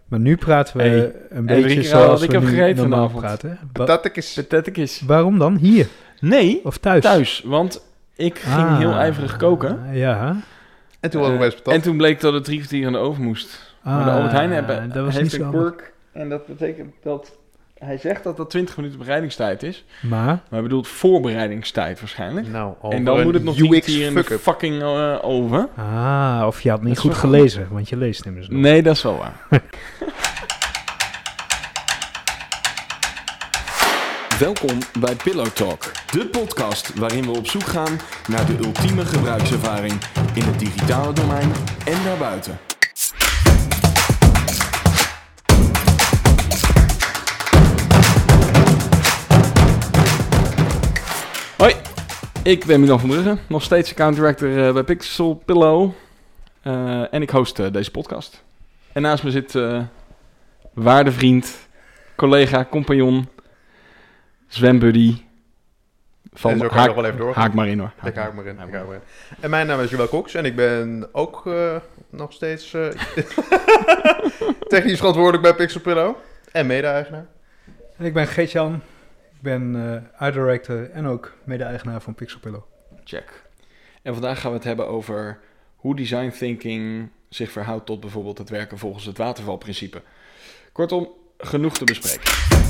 Maar nu praten we een beetje Enrique, zoals had ik we heb nu gegeten normaal vanavond. praten. Patheticus. Waarom dan? Hier Nee, of thuis? thuis. Want ik ging heel ijverig koken. Ja. En toen was ik best patat. En toen bleek dat het 3 kwartier in de oven moest. Maar de Albert Heijn dat was heeft niet zo een handig. quirk. En dat betekent dat... Hij zegt dat dat 20 minuten bereidingstijd is. Maar Maar hij bedoelt voorbereidingstijd waarschijnlijk. Nou, En dan moet het nog 10 kwartier in de fuck-up. fucking oven. of je had niet Dat is goed wel gelezen, want je leest immers nog. Nee, dat is wel waar. Welkom bij Pillow Talk, de podcast waarin we op zoek gaan naar de ultieme gebruikservaring in het digitale domein en daarbuiten. Hoi, ik ben Milan van Brugge, nog steeds account director bij Pixel Pillow. En ik host deze podcast. En naast me zit waardevriend, collega, compagnon, zwembuddy van En zo kan je nog wel even doorgaan. Haak maar in hoor. Ik haak maar in. En mijn naam is Joël Cox en ik ben ook nog steeds technisch verantwoordelijk bij Pixel Pillow. En mede-eigenaar. En ik ben Geert-Jan, ik ben art director en ook mede-eigenaar van Pixel Pillow. Check. En vandaag gaan we het hebben over hoe design thinking zich verhoudt tot bijvoorbeeld het werken volgens het watervalprincipe. Kortom, genoeg te bespreken.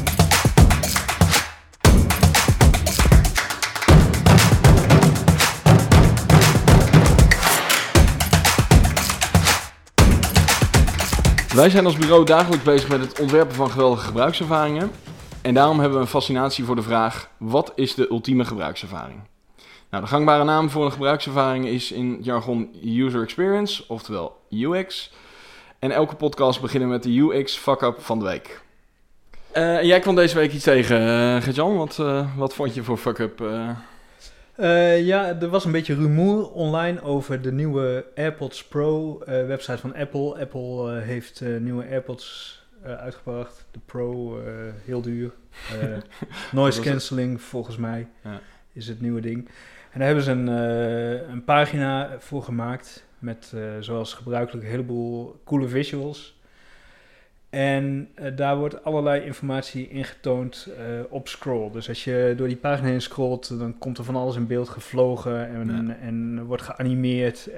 Wij zijn als bureau dagelijks bezig met het ontwerpen van geweldige gebruikservaringen. En daarom hebben we een fascinatie voor de vraag: wat is de ultieme gebruikservaring? Nou, de gangbare naam voor een gebruikservaring is in jargon user experience, oftewel UX. En elke podcast beginnen met de UX fuck-up van de week. Jij kwam deze week iets tegen, Gert-Jan. Wat vond je voor fuck-up? Er was een beetje rumoer online over de nieuwe AirPods Pro website van Apple. Apple heeft nieuwe AirPods uitgebracht. De Pro, heel duur. Noise cancelling volgens mij is het nieuwe ding. En daar hebben ze een pagina voor gemaakt met zoals gebruikelijk een heleboel coole visuals. En daar wordt allerlei informatie ingetoond op scroll. Dus als je door die pagina heen scrolt, dan komt er van alles in beeld gevlogen en wordt geanimeerd.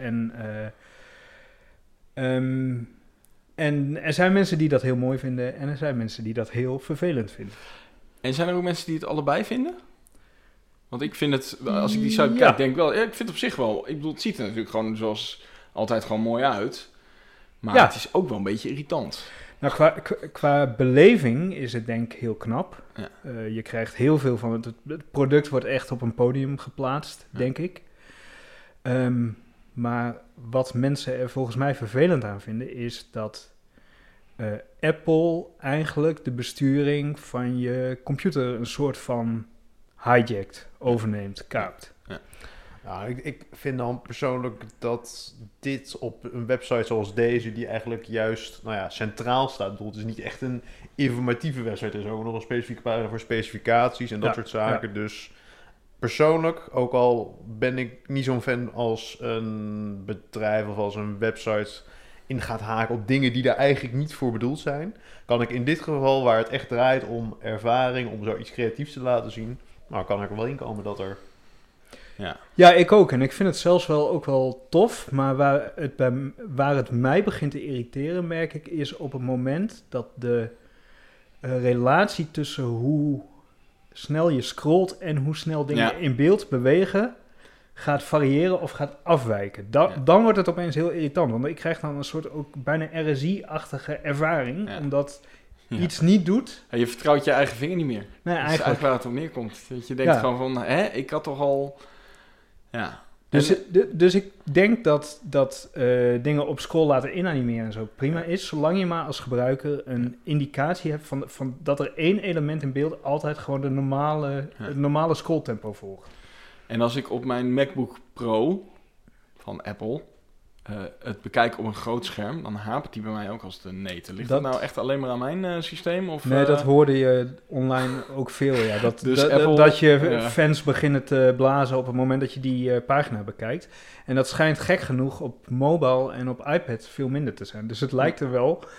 En er zijn mensen die dat heel mooi vinden en er zijn mensen die dat heel vervelend vinden. En zijn er ook mensen die het allebei vinden? Want ik vind het, als ik die site bekijk, denk ik wel, ik vind het op zich wel. Ik bedoel, het ziet er natuurlijk gewoon zoals altijd gewoon mooi uit. Maar het is ook wel een beetje irritant. Nou, qua beleving is het denk ik heel knap. Ja. Je krijgt heel veel van het product wordt echt op een podium geplaatst, denk ik. Maar wat mensen er volgens mij vervelend aan vinden is dat Apple eigenlijk de besturing van je computer een soort van hijjackt, overneemt, kaapt. Ja. Nou, ik vind dan persoonlijk dat dit op een website zoals deze, die eigenlijk juist centraal staat, bedoeld, het is niet echt een informatieve website. Er is ook nog een specifieke pagina voor specificaties en dat soort zaken. Ja. Dus persoonlijk, ook al ben ik niet zo'n fan als een bedrijf of als een website in gaat haken op dingen die daar eigenlijk niet voor bedoeld zijn, kan ik in dit geval, waar het echt draait om ervaring, om zoiets creatiefs te laten zien, kan ik er wel in komen dat er... Ja, ik ook. En ik vind het zelfs ook wel tof. Maar waar het mij begint te irriteren, merk ik, is op het moment dat de relatie tussen hoe snel je scrolt en hoe snel dingen in beeld bewegen, gaat variëren of gaat afwijken. Dan wordt het opeens heel irritant. Want ik krijg dan een soort ook bijna RSI-achtige ervaring, omdat iets niet doet. Ja, je vertrouwt je eigen vinger niet meer. Nee, dat is eigenlijk waar het op neerkomt. Dat je denkt gewoon van, ik had toch al... Ja. Dus ik denk dat dingen op scroll laten inanimeren en zo prima is, zolang je maar als gebruiker een indicatie hebt van dat er één element in beeld altijd gewoon het normale scrolltempo volgt. En als ik op mijn MacBook Pro van Apple het bekijk op een groot scherm, dan hapert die bij mij ook als de neten. Ligt dat nou echt alleen maar aan mijn systeem? Of, nee, dat hoorde je online ook veel. Ja. Apple, dat je fans beginnen te blazen op het moment dat je die pagina bekijkt. En dat schijnt gek genoeg op mobile en op iPad veel minder te zijn. Dus het lijkt er wel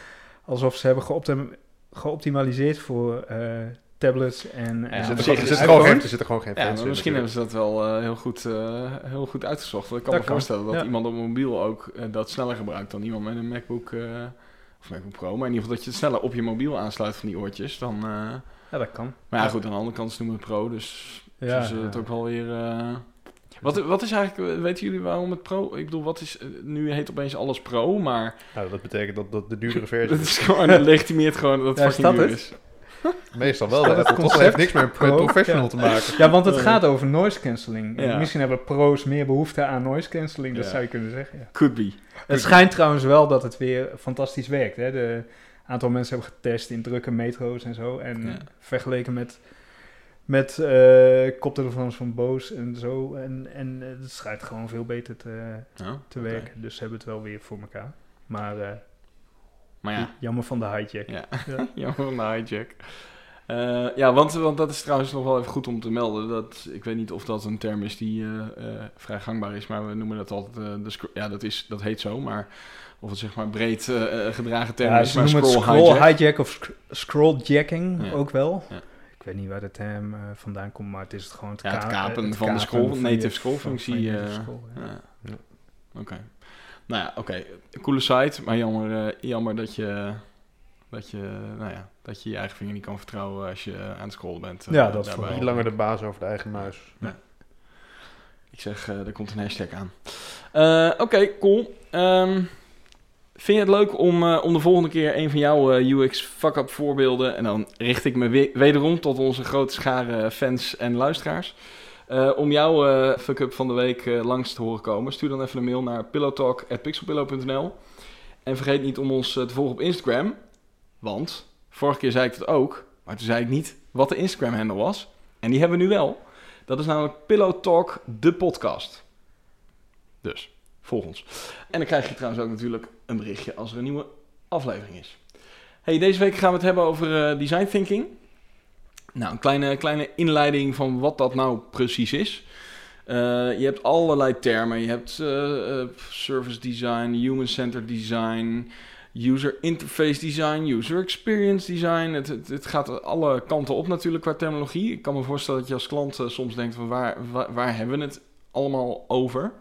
alsof ze hebben geoptimaliseerd voor tablets en Ja, Er op zit zich er is zit het gewoon geen Ja, fans maar in misschien hebben natuurlijk. ze dat wel heel goed uitgezocht. Want ik kan Dat me kan, voorstellen dat ja. iemand op een mobiel ook dat sneller gebruikt dan iemand met een MacBook of MacBook Pro. Maar in ieder geval dat je het sneller op je mobiel aansluit van die oortjes. Dan, Ja, dat kan. maar ja, goed, aan de andere kant noemen we het Pro, dus Ja, ze zullen het ook wel weer... Wat is eigenlijk, weten jullie waarom het Pro... Ik bedoel, nu heet opeens alles Pro, maar Nou, dat betekent dat de duurdere versie dat is gewoon, legitimeert gewoon dat het Ja, is fucking dat duur het? is. Meestal wel. Is dat Dat het heeft concept? niks meer met Pro? professional Ja. te maken. Ja, want het gaat over noise cancelling. Ja. Misschien hebben pro's meer behoefte aan noise cancelling, dat Ja. zou je kunnen zeggen. Ja. Could be. Het schijnt trouwens wel dat het weer fantastisch werkt. Hè? De aantal mensen hebben getest in drukke metro's en zo. En Ja. vergeleken met koptelefoons van Bose en zo. En het schijnt gewoon veel beter te werken. Dus ze hebben het wel weer voor elkaar. Maar Maar ja. jammer van de hijack. Ja, Ja. jammer van de hijack. Ja, want dat is trouwens nog wel even goed om te melden. Ik weet niet of dat een term is die vrij gangbaar is, maar we noemen dat altijd dat heet zo, maar of het zeg maar breed gedragen term Ja, is, ze maar noemen het scroll hijack. of scrolljacking Ja. ook wel. Ja. Ik weet niet waar de term vandaan komt, maar het is gewoon het, Ja, het kapen het van de scroll, van native je- scrollfunctie, van je native scroll, ja. Ja. Oké. Nou ja, oké. Coole site, maar jammer dat je je eigen vinger niet kan vertrouwen als je aan het scrollen bent. Ja, dat daarbij. vooral. Niet langer de baas over de eigen muis. Ik zeg, er komt een hashtag aan. Oké, cool. Vind je het leuk om de volgende keer een van jouw UX fuck-up voorbeelden, en dan richt ik me wederom tot onze grote schare fans en luisteraars, om jouw fuck-up van de week langs te horen komen? Stuur dan even een mail naar pillowtalk@pixelpillow.nl. En vergeet niet om ons te volgen op Instagram, want vorige keer zei ik het ook, maar toen zei ik niet wat de Instagram-handle was. En die hebben we nu wel. Dat is namelijk Pillow Talk, de podcast. Dus, volg ons. En dan krijg je trouwens ook natuurlijk een berichtje als er een nieuwe aflevering is. Hey, deze week gaan we het hebben over design thinking. Nou, een kleine inleiding van wat dat nou precies is. Je hebt allerlei termen. Je hebt service design, human-centered design, user interface design, user experience design. Het gaat alle kanten op natuurlijk qua terminologie. Ik kan me voorstellen dat je als klant soms denkt van waar hebben we het allemaal over?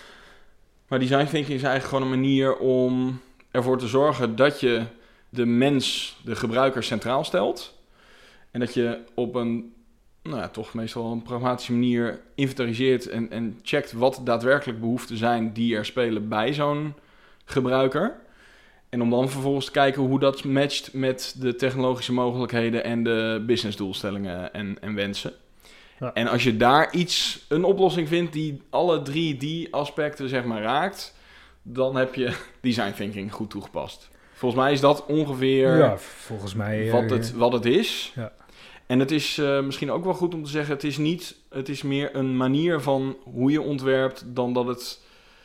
Maar design thinking is eigenlijk gewoon een manier om ervoor te zorgen dat je de mens, de gebruiker, centraal stelt. En dat je op een, toch meestal een pragmatische manier inventariseert en checkt wat daadwerkelijk behoeften zijn die er spelen bij zo'n gebruiker. En om dan vervolgens te kijken hoe dat matcht met de technologische mogelijkheden en de businessdoelstellingen en wensen. Ja. En als je daar een oplossing vindt die alle 3 die aspecten zeg maar raakt, dan heb je design thinking goed toegepast. Volgens mij is dat ongeveer volgens mij, wat het is. Ja. En het is misschien ook wel goed om te zeggen, het is meer een manier van hoe je ontwerpt dan dat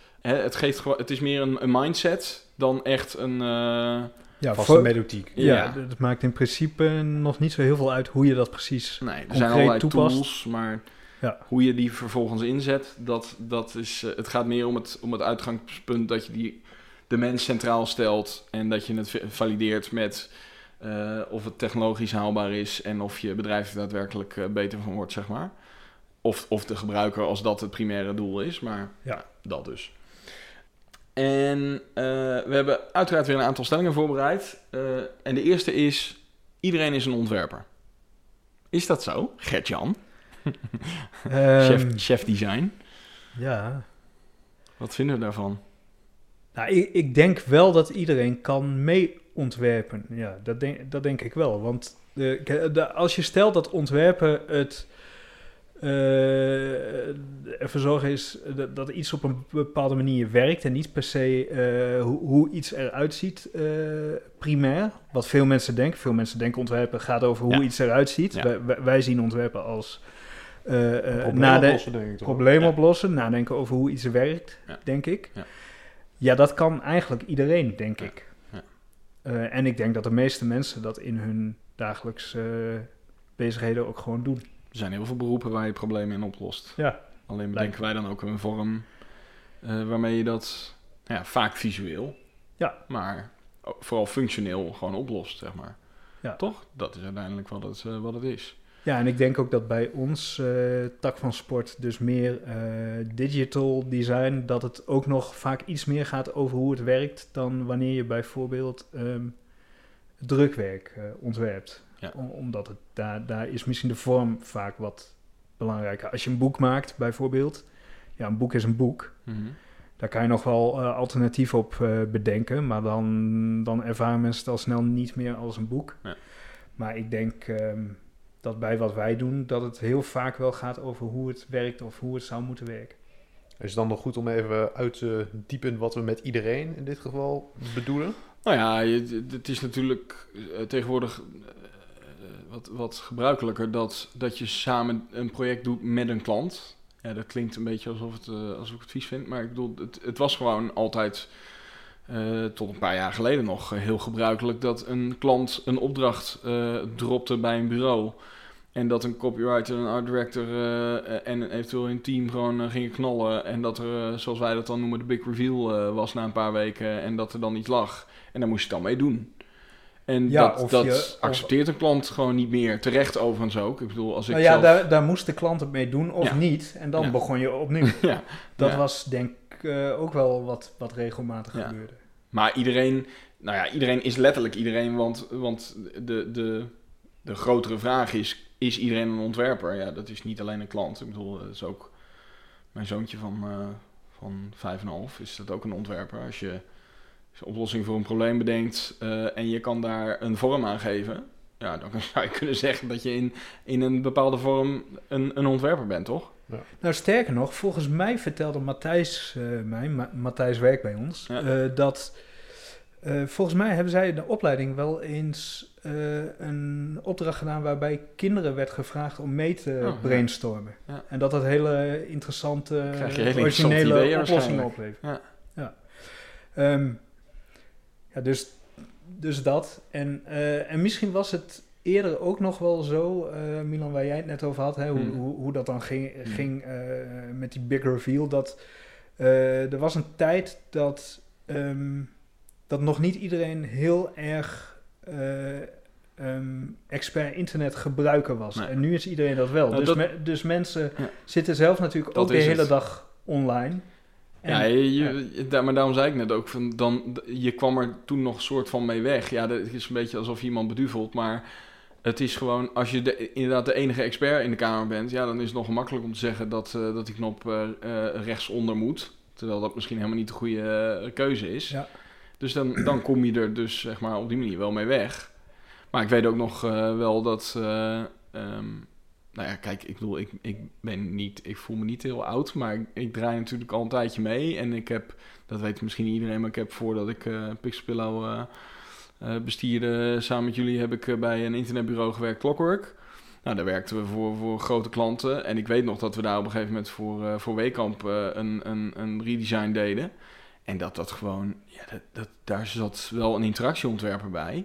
het is meer een mindset dan echt een vaste methodiek. Ja, dat maakt in principe nog niet zo heel veel uit hoe je dat precies er zijn allerlei toepast. Tools, maar hoe je die vervolgens inzet, dat is, het gaat meer om het uitgangspunt dat je de mens centraal stelt en dat je het valideert met of het technologisch haalbaar is en of je bedrijf er daadwerkelijk beter van wordt, zeg maar. Of de gebruiker als dat het primaire doel is, maar dat dus. En we hebben uiteraard weer een aantal stellingen voorbereid. En de eerste is, iedereen is een ontwerper. Is dat zo, Gert-Jan? Chef design. Ja. Wat vinden we daarvan? Nou, ik denk wel dat iedereen kan mee ontwerpen. Ja, dat denk ik wel. Want als je stelt dat ontwerpen het ervoor zorgen is dat iets op een bepaalde manier werkt en niet per se hoe iets eruit ziet primair. Wat veel mensen denken. Veel mensen denken ontwerpen gaat over hoe iets eruit ziet. Ja. Wij zien ontwerpen als probleem oplossen, nadenken over hoe iets werkt, denk ik. Ja, dat kan eigenlijk iedereen, denk ik. Ja. En ik denk dat de meeste mensen dat in hun dagelijks bezigheden ook gewoon doen. Er zijn heel veel beroepen waar je problemen in oplost. Ja. Alleen bedenken wij dan ook een vorm waarmee je dat, vaak visueel, maar vooral functioneel gewoon oplost, zeg maar. Ja. Toch? Dat is uiteindelijk wat het is. Ja, en ik denk ook dat bij ons tak van sport, dus meer digital design, dat het ook nog vaak iets meer gaat over hoe het werkt dan wanneer je bijvoorbeeld drukwerk ontwerpt. Ja. Omdat het daar is misschien de vorm vaak wat belangrijker. Als je een boek maakt bijvoorbeeld, ja, een boek is een boek. Mm-hmm. Daar kan je nog wel alternatieven op bedenken, maar dan ervaren mensen het al snel niet meer als een boek. Ja. Maar ik denk dat bij wat wij doen, dat het heel vaak wel gaat over hoe het werkt of hoe het zou moeten werken. Is het dan nog goed om even uit te diepen wat we met iedereen in dit geval bedoelen? Nou ja, het is natuurlijk tegenwoordig wat gebruikelijker dat je samen een project doet met een klant. Ja, dat klinkt een beetje alsof ik het vies vind, maar ik bedoel, het was gewoon altijd tot een paar jaar geleden nog heel gebruikelijk dat een klant een opdracht dropte bij een bureau. En dat een copywriter, een art director en eventueel een team gewoon gingen knallen. En dat er, zoals wij dat dan noemen, de big reveal was na een paar weken. En dat er dan iets lag. En daar moest je het dan mee doen. En Ja, dat accepteert een klant gewoon niet meer. Terecht overigens ook. Ik bedoel, als ik Nou ja, zelf... daar moest de klant het mee doen of Ja. niet. En dan Ja. begon je opnieuw. Ja. Dat Ja. was denk ik ook wel wat regelmatig Ja. gebeurde. Maar iedereen is letterlijk iedereen. Want de grotere vraag is iedereen een ontwerper? Ja, dat is niet alleen een klant. Ik bedoel, dat is ook mijn zoontje van 5,5 is dat ook een ontwerper. Als je een oplossing voor een probleem bedenkt en je kan daar een vorm aan geven, ja, dan zou je kunnen zeggen dat je in een bepaalde vorm een ontwerper bent, toch? Ja. Nou, sterker nog, volgens mij vertelde Matthijs mij, Matthijs werkt bij ons, Ja. dat volgens mij hebben zij in de opleiding wel eens een opdracht gedaan waarbij kinderen werd gevraagd om mee te ja. brainstormen. Ja. En dat hele interessante, Krijg je hele interessante originele ideeën oplossingen waarschijnlijk. oplevert. Ja. Ja, dus dat. En misschien was het eerder ook nog wel zo, Milan, waar jij het net over had, hè, hoe dat dan ging met die big reveal, dat er was een tijd dat nog niet iedereen heel erg expert internet gebruiker was. Nee. En nu is iedereen dat wel. Nou, Dus, dus mensen Ja. zitten zelf natuurlijk Dat ook de is hele het. dag online. En, Maar daarom zei ik net ook, je kwam er toen nog soort van mee weg. Ja, dat is een beetje alsof je iemand beduvelt, maar het is gewoon, als je inderdaad de enige expert in de kamer bent, ja, dan is het nog gemakkelijk om te zeggen dat die knop rechtsonder moet. Terwijl dat misschien helemaal niet de goede keuze is. Ja. Dus dan kom je er dus zeg maar op die manier wel mee weg. Maar ik weet ook nog wel dat... nou ja, kijk, ik bedoel, ik voel me niet heel oud, maar ik draai natuurlijk al een tijdje mee. En ik heb, dat weet misschien niet iedereen, maar ik heb voordat ik Pixelpillow bestierde, samen met jullie heb ik bij een internetbureau gewerkt, Clockwork. Nou, daar werkten we voor grote klanten. En ik weet nog dat we daar op een gegeven moment voor Weekamp een redesign deden. En dat gewoon, ja, daar zat wel een interactieontwerper bij.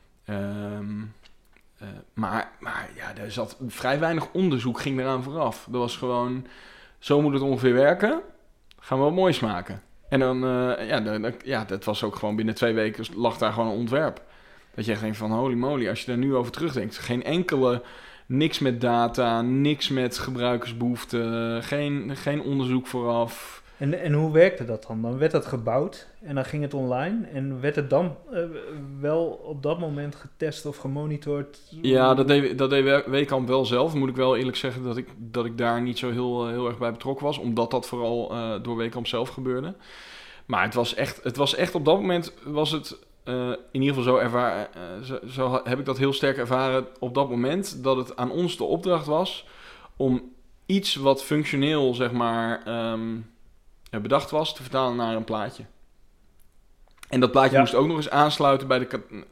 Maar ja, er zat vrij weinig onderzoek ging eraan vooraf. Dat was gewoon, zo moet het ongeveer werken. Gaan we wat moois maken. En dan, dat was ook gewoon binnen 2 weken lag daar gewoon een ontwerp. Dat je echt denkt van, holy moly, als je daar nu over terugdenkt. Niks met data, niks met gebruikersbehoeften, geen onderzoek vooraf. En hoe werkte dat dan? Dan werd dat gebouwd en dan ging het online. En werd het dan wel op dat moment getest of gemonitord? Ja, dat deed Weekamp wel zelf. Moet ik wel eerlijk zeggen dat ik daar niet zo heel erg bij betrokken was. Omdat dat vooral door Weekamp zelf gebeurde. Maar het was echt op dat moment was het in ieder geval zo heb ik dat heel sterk ervaren op dat moment. Dat het aan ons de opdracht was om iets wat functioneel zeg maar bedacht was te vertalen naar een plaatje. En dat plaatje moest ook nog eens aansluiten bij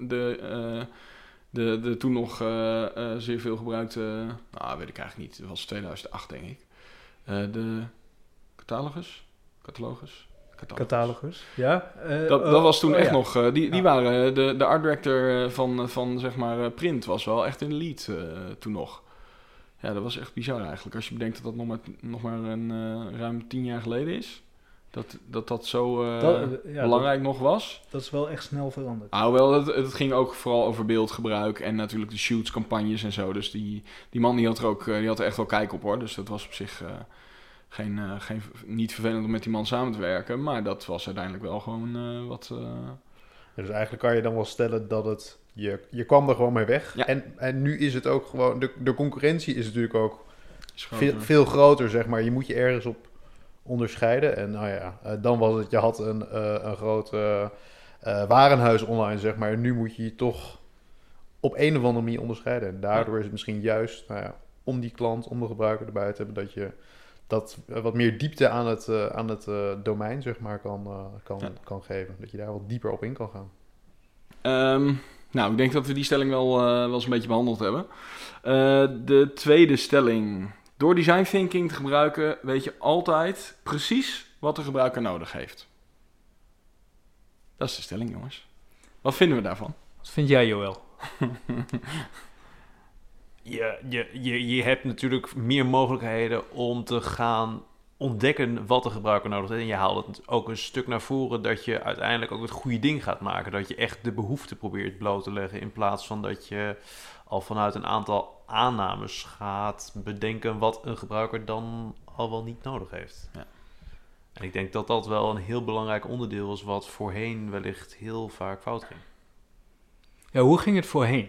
de toen nog zeer veel gebruikte, weet ik eigenlijk niet, het was 2008 denk ik. De catalogus, ja. Dat was toen echt nog, die waren, de art director van zeg maar print was wel echt in de lead toen nog. Ja, dat was echt bizar eigenlijk. Als je bedenkt dat nog maar ruim 10 jaar geleden is. Dat zo ja, belangrijk nog was. Dat is wel echt snel veranderd. Wel, het ging ook vooral over beeldgebruik en natuurlijk de shoots-campagnes en zo. Dus die man die had er echt wel kijk op hoor. Dus dat was op zich niet vervelend om met die man samen te werken. Maar dat was uiteindelijk wel gewoon wat... Dus eigenlijk kan je dan wel stellen dat het... Je kwam er gewoon mee weg. Ja. En nu is het ook gewoon... De concurrentie is natuurlijk ook groter. veel groter, zeg maar. Je moet je ergens op onderscheiden. En nou ja, dan was het... Je had een groot warenhuis online, zeg maar. En nu moet je je toch op een of andere manier onderscheiden. En daardoor is het misschien juist... Nou ja, om die klant, om de gebruiker erbij te hebben... dat je dat wat meer diepte aan het domein, zeg maar, kan geven. Dat je daar wat dieper op in kan gaan. Nou, ik denk dat we die stelling wel eens een beetje behandeld hebben. De tweede stelling. Door design thinking te gebruiken weet je altijd precies wat de gebruiker nodig heeft. Dat is de stelling, jongens. Wat vinden we daarvan? Wat vind jij, Joël? Je hebt natuurlijk meer mogelijkheden om te gaan ontdekken wat de gebruiker nodig heeft. En je haalt het ook een stuk naar voren dat je uiteindelijk ook het goede ding gaat maken. Dat je echt de behoefte probeert bloot te leggen in plaats van dat je al vanuit een aantal aannames gaat bedenken wat een gebruiker dan al wel niet nodig heeft. Ja. En ik denk dat dat wel een heel belangrijk onderdeel was wat voorheen wellicht heel vaak fout ging. Ja, hoe ging het voorheen?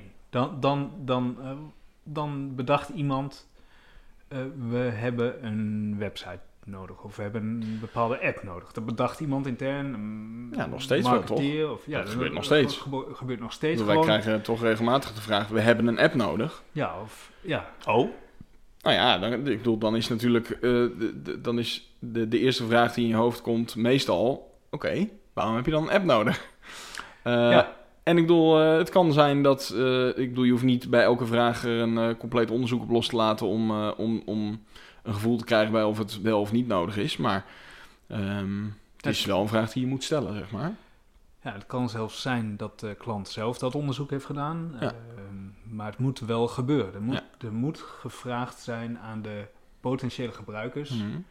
Dan bedacht iemand, we hebben een website nodig of we hebben een bepaalde app nodig. Dat bedacht iemand intern. Ja, nog steeds wel, toch? Of, ja, dat gebeurt nog steeds. Gebeurt nog steeds. Wij krijgen toch regelmatig de vraag, we hebben een app nodig. Ja, of... Ja. Oh? Nou ja, dan is natuurlijk... dan is de eerste vraag die in je hoofd komt meestal... Oké, waarom heb je dan een app nodig? Ja. En ik bedoel, het kan zijn dat... je hoeft niet bij elke vraag er een compleet onderzoek op los te laten... om een gevoel te krijgen bij of het wel of niet nodig is. Maar het is wel een vraag die je moet stellen, zeg maar. Ja, het kan zelfs zijn dat de klant zelf dat onderzoek heeft gedaan. Ja. Maar het moet wel gebeuren. Er moet gevraagd zijn aan de potentiële gebruikers... Mm-hmm.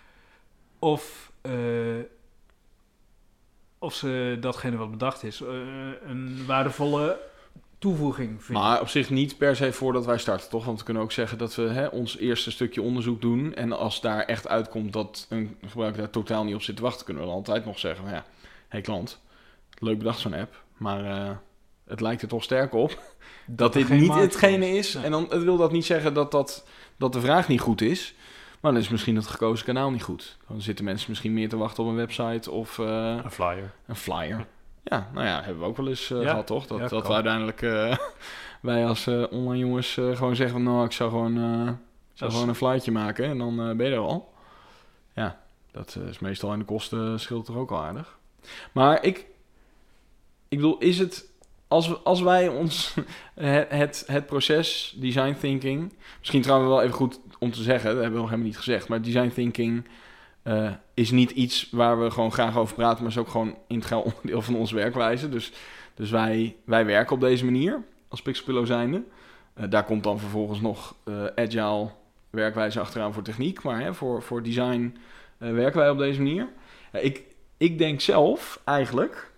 Of ze datgene wat bedacht is een waardevolle toevoeging vinden. Maar op zich niet per se voordat wij starten, toch? Want we kunnen ook zeggen dat we ons eerste stukje onderzoek doen... en als daar echt uitkomt dat een gebruiker daar totaal niet op zit te wachten... kunnen we dan altijd nog zeggen van hey klant, leuk bedacht zo'n app... maar het lijkt er toch sterk op dat dit niet hetgene is. Ja. En dan wil dat niet zeggen dat de vraag niet goed is... Maar dan is misschien het gekozen kanaal niet goed. Dan zitten mensen misschien meer te wachten op een website of... een flyer. Een flyer. Ja, nou ja, hebben we ook wel eens gehad, toch? Dat we uiteindelijk, wij als online jongens gewoon zeggen... Nou, ik zou gewoon een flyertje maken en dan ben je er al. Ja, dat is meestal in de kosten scheelt toch ook al aardig. Maar ik bedoel, is het... Als wij ons het proces design thinking... Misschien trouwens wel even goed om te zeggen... Dat hebben we nog helemaal niet gezegd... Maar design thinking is niet iets waar we gewoon graag over praten... Maar is ook gewoon integraal onderdeel van onze werkwijze. Dus wij werken op deze manier... Als Pixelpillow zijnde. Daar komt dan vervolgens nog agile werkwijze achteraan voor techniek. Maar voor design werken wij op deze manier. Ik denk zelf eigenlijk...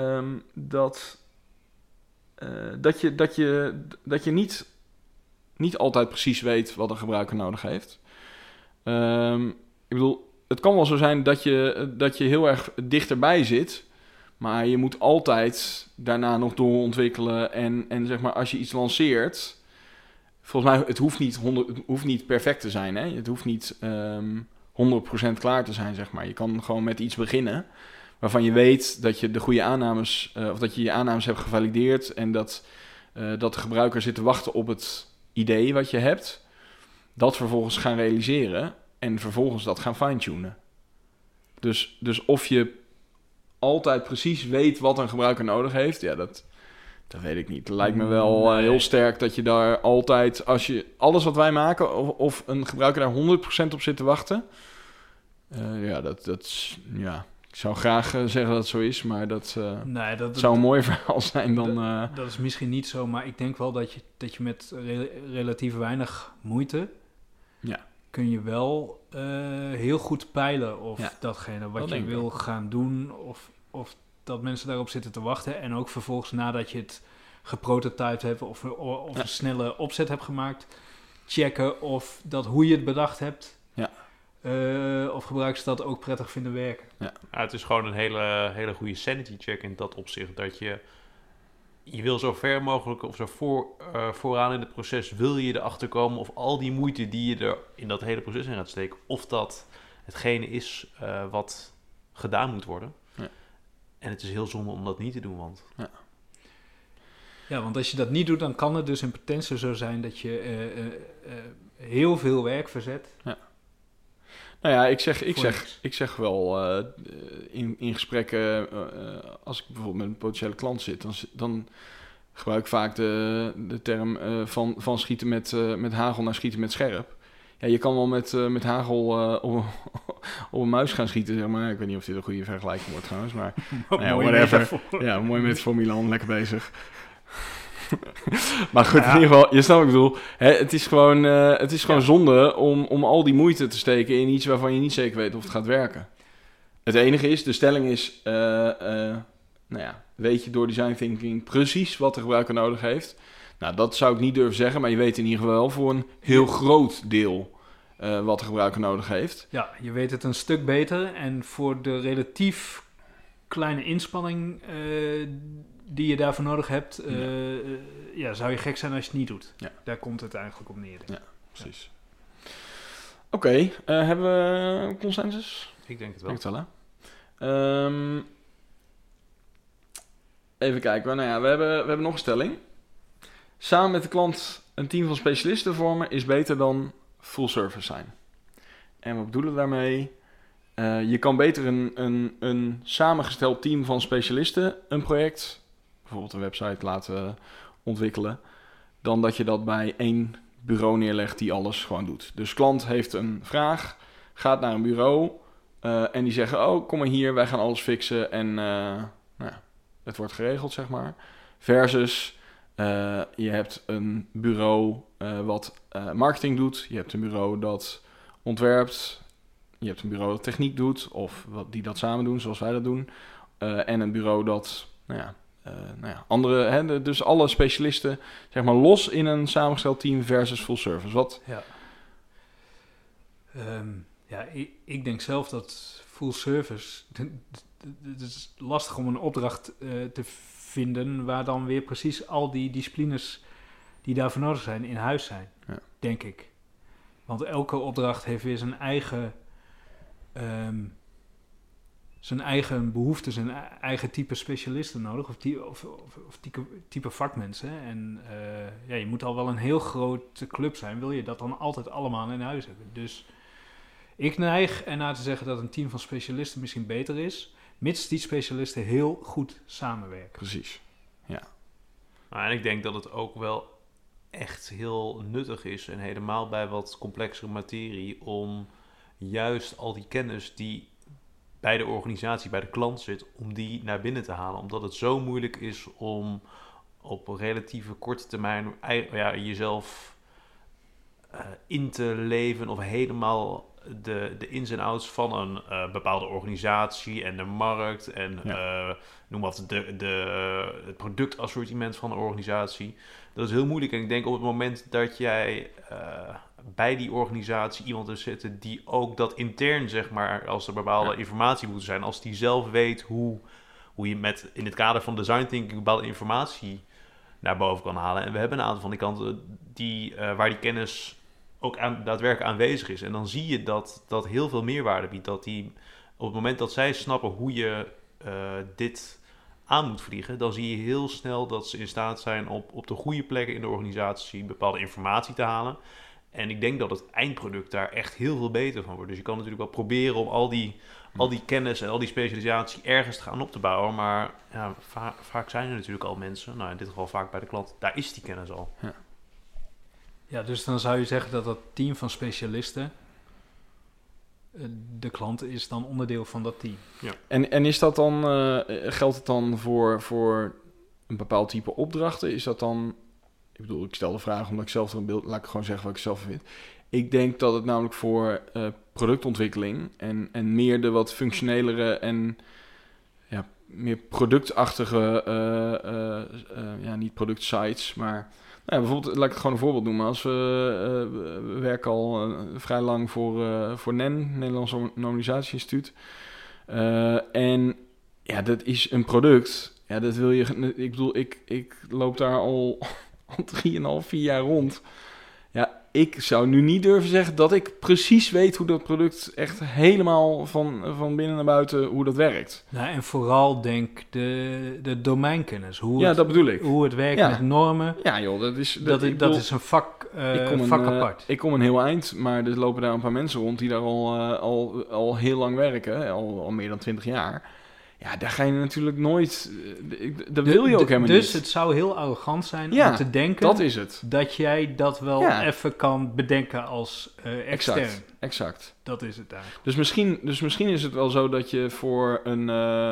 Dat je niet altijd precies weet wat een gebruiker nodig heeft. Ik bedoel, het kan wel zo zijn dat je heel erg dichterbij zit... maar je moet altijd daarna nog doorontwikkelen... en zeg maar, als je iets lanceert... volgens mij, het hoeft niet perfect te zijn. Hè? Het hoeft niet 100% klaar te zijn, zeg maar. Je kan gewoon met iets beginnen... waarvan je weet dat je de goede aannames... of dat je aannames hebt gevalideerd... en dat de gebruiker zit te wachten op het idee wat je hebt... dat vervolgens gaan realiseren... en vervolgens dat gaan fine-tunen. Dus of je altijd precies weet wat een gebruiker nodig heeft... ja, dat weet ik niet. Het lijkt me wel heel sterk dat je daar altijd... als je alles wat wij maken... of een gebruiker daar 100% op zit te wachten... ja... Ik zou graag zeggen dat het zo is, maar dat zou een mooi verhaal zijn dan... Dat is misschien niet zo, maar ik denk wel dat je met relatief weinig moeite... Ja. kun je wel heel goed peilen of datgene wat Dat je denk ik wil ook. gaan doen, of dat mensen daarop zitten te wachten. En ook vervolgens nadat je het geprototyped hebt of een snelle opzet hebt gemaakt, checken of dat hoe je het bedacht hebt, of gebruikers dat ook prettig vinden werken. Ja, het is gewoon een hele goede sanity check in dat opzicht. Dat je wil zo ver mogelijk of zo vooraan in het proces wil je erachter komen of al die moeite die je er in dat hele proces in gaat steken, of dat hetgene is wat gedaan moet worden. Ja. En het is heel zonde om dat niet te doen, want... Ja, want als je dat niet doet, dan kan het dus in potentie zo zijn dat je heel veel werk verzet. Ja. Nou ja, ik zeg wel in gesprekken, als ik bijvoorbeeld met een potentiële klant zit, dan gebruik ik vaak de term van schieten met hagel naar schieten met scherp. Ja, je kan wel met hagel op een muis gaan schieten, zeg maar. Ik weet niet of dit een goede vergelijking wordt trouwens, maar whatever. Ja, mooi met Milan, lekker bezig. Maar goed, in ieder geval, je snapt wat ik bedoel. Het is gewoon zonde om al die moeite te steken in iets waarvan je niet zeker weet of het gaat werken. Het enige is, de stelling is, weet je door design thinking precies wat de gebruiker nodig heeft? Nou, dat zou ik niet durven zeggen, maar je weet in ieder geval wel voor een heel groot deel wat de gebruiker nodig heeft. Ja, je weet het een stuk beter en voor de relatief kleine inspanning die je daarvoor nodig hebt, zou je gek zijn als je het niet doet. Ja. Daar komt het eigenlijk op neer. Ja, precies. Oké, hebben we consensus? Ik denk het wel. Ik denk het wel, hè? Even kijken. Nou ja, we hebben nog een stelling. Samen met de klant een team van specialisten vormen is beter dan full service zijn. En wat bedoelen we daarmee? Je kan beter een samengesteld team van specialisten een project, bijvoorbeeld een website, laten ontwikkelen, dan dat je dat bij één bureau neerlegt die alles gewoon doet. Dus klant heeft een vraag, gaat naar een bureau en die zeggen, oh, kom maar hier, wij gaan alles fixen en het wordt geregeld, zeg maar. Versus, je hebt een bureau wat marketing doet, je hebt een bureau dat ontwerpt, je hebt een bureau dat techniek doet, of die dat samen doen, zoals wij dat doen. En een bureau dat, andere, dus alle specialisten, zeg maar, los in een samengesteld team versus full service. Wat? Ja. Ik denk zelf dat full service, het is lastig om een opdracht te vinden waar dan weer precies al die disciplines die daarvoor nodig zijn in huis zijn, denk ik. Want elke opdracht heeft weer zijn eigen behoeften, zijn eigen type specialisten nodig, of type vakmensen. En je moet al wel een heel grote club zijn, wil je dat dan altijd allemaal in huis hebben. Dus ik neig ernaar te zeggen dat een team van specialisten misschien beter is, mits die specialisten heel goed samenwerken. Precies, ja. En ik denk dat het ook wel echt heel nuttig is, en helemaal bij wat complexere materie, om juist al die kennis die bij de organisatie, bij de klant zit, om die naar binnen te halen. Omdat het zo moeilijk is om op een relatieve korte termijn jezelf in te leven of helemaal de ins en outs van een bepaalde organisatie en de markt en noem wat het productassortiment van de organisatie. Dat is heel moeilijk. En ik denk op het moment dat jij bij die organisatie iemand wil zetten die ook dat intern, zeg maar, als er bepaalde informatie moet zijn, als die zelf weet hoe je in het kader van design thinking bepaalde informatie naar boven kan halen. En we hebben een aantal van die kanten waar die kennis ook daadwerkelijk aanwezig is. En dan zie je dat heel veel meerwaarde biedt. Dat die op het moment dat zij snappen hoe je dit aan moet vliegen, dan zie je heel snel dat ze in staat zijn op de goede plekken in de organisatie bepaalde informatie te halen. En ik denk dat het eindproduct daar echt heel veel beter van wordt. Dus je kan natuurlijk wel proberen om al die kennis en al die specialisatie ergens te gaan op te bouwen. Maar ja, vaak zijn er natuurlijk al mensen, in dit geval vaak bij de klant, daar is die kennis al. Ja, dus dan zou je zeggen dat dat team van specialisten, de klant is dan onderdeel van dat team. Ja. En is dat dan, geldt het dan voor een bepaald type opdrachten? Is dat dan, ik bedoel, ik stel de vraag omdat ik zelf er een beeld, laat ik gewoon zeggen wat ik zelf vind. Ik denk dat het namelijk voor productontwikkeling en meer de wat functionelere en meer productachtige, niet productsites, maar bijvoorbeeld, laat ik het gewoon een voorbeeld noemen. Als we werken al vrij lang voor NEN, Nederlands Normalisatieinstituut. En dat is een product. Ja, dat wil je. Ik bedoel, ik loop daar al 3,5, 4 jaar rond. Ja, ik zou nu niet durven zeggen dat ik precies weet hoe dat product echt helemaal van binnen naar buiten, hoe dat werkt. Nou, en vooral denk de domeinkennis. Dat bedoel ik. Hoe het werkt met normen. Ja joh, Dat is een vak apart. Ik kom een heel eind, maar er lopen daar een paar mensen rond die daar al heel lang werken. Al meer dan 20 jaar. Ja, daar ga je natuurlijk nooit. Dat wil je ook helemaal niet. Dus het zou heel arrogant zijn om te denken. Dat is het. Dat jij dat wel even kan bedenken als extern. Exact. Dat is het eigenlijk. Dus misschien is het wel zo dat je voor een.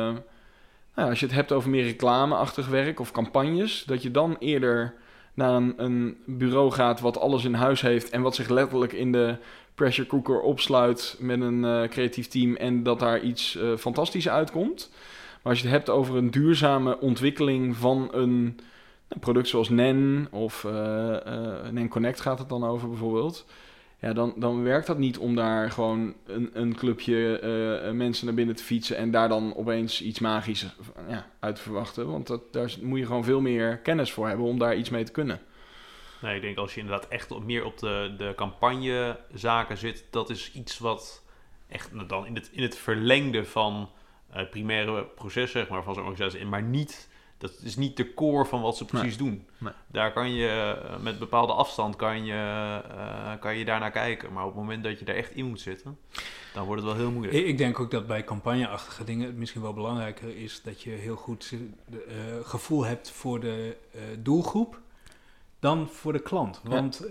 Als je het hebt over meer reclameachtig werk of campagnes, dat je dan eerder naar een bureau gaat wat alles in huis heeft en wat zich letterlijk in de pressure cooker opsluit met een creatief team en dat daar iets fantastisch uitkomt. Maar als je het hebt over een duurzame ontwikkeling van een product zoals NEN of NEN Connect gaat het dan over bijvoorbeeld. Ja, dan werkt dat niet om daar gewoon een clubje mensen naar binnen te fietsen en daar dan opeens iets magisch uit te verwachten. Want daar moet je gewoon veel meer kennis voor hebben om daar iets mee te kunnen. Nee, ik denk als je inderdaad echt meer op de campagnezaken zit, dat is iets wat echt dan in het verlengde van het primaire proces, zeg maar, van zo'n organisatie, maar niet, dat is niet de core van wat ze precies doen. Nee. Daar kan je met bepaalde afstand kan je daar naar kijken, maar op het moment dat je daar echt in moet zitten, dan wordt het wel heel moeilijk. Ik denk ook dat bij campagneachtige dingen het misschien wel belangrijker is dat je heel goed gevoel hebt voor de doelgroep dan voor de klant. Want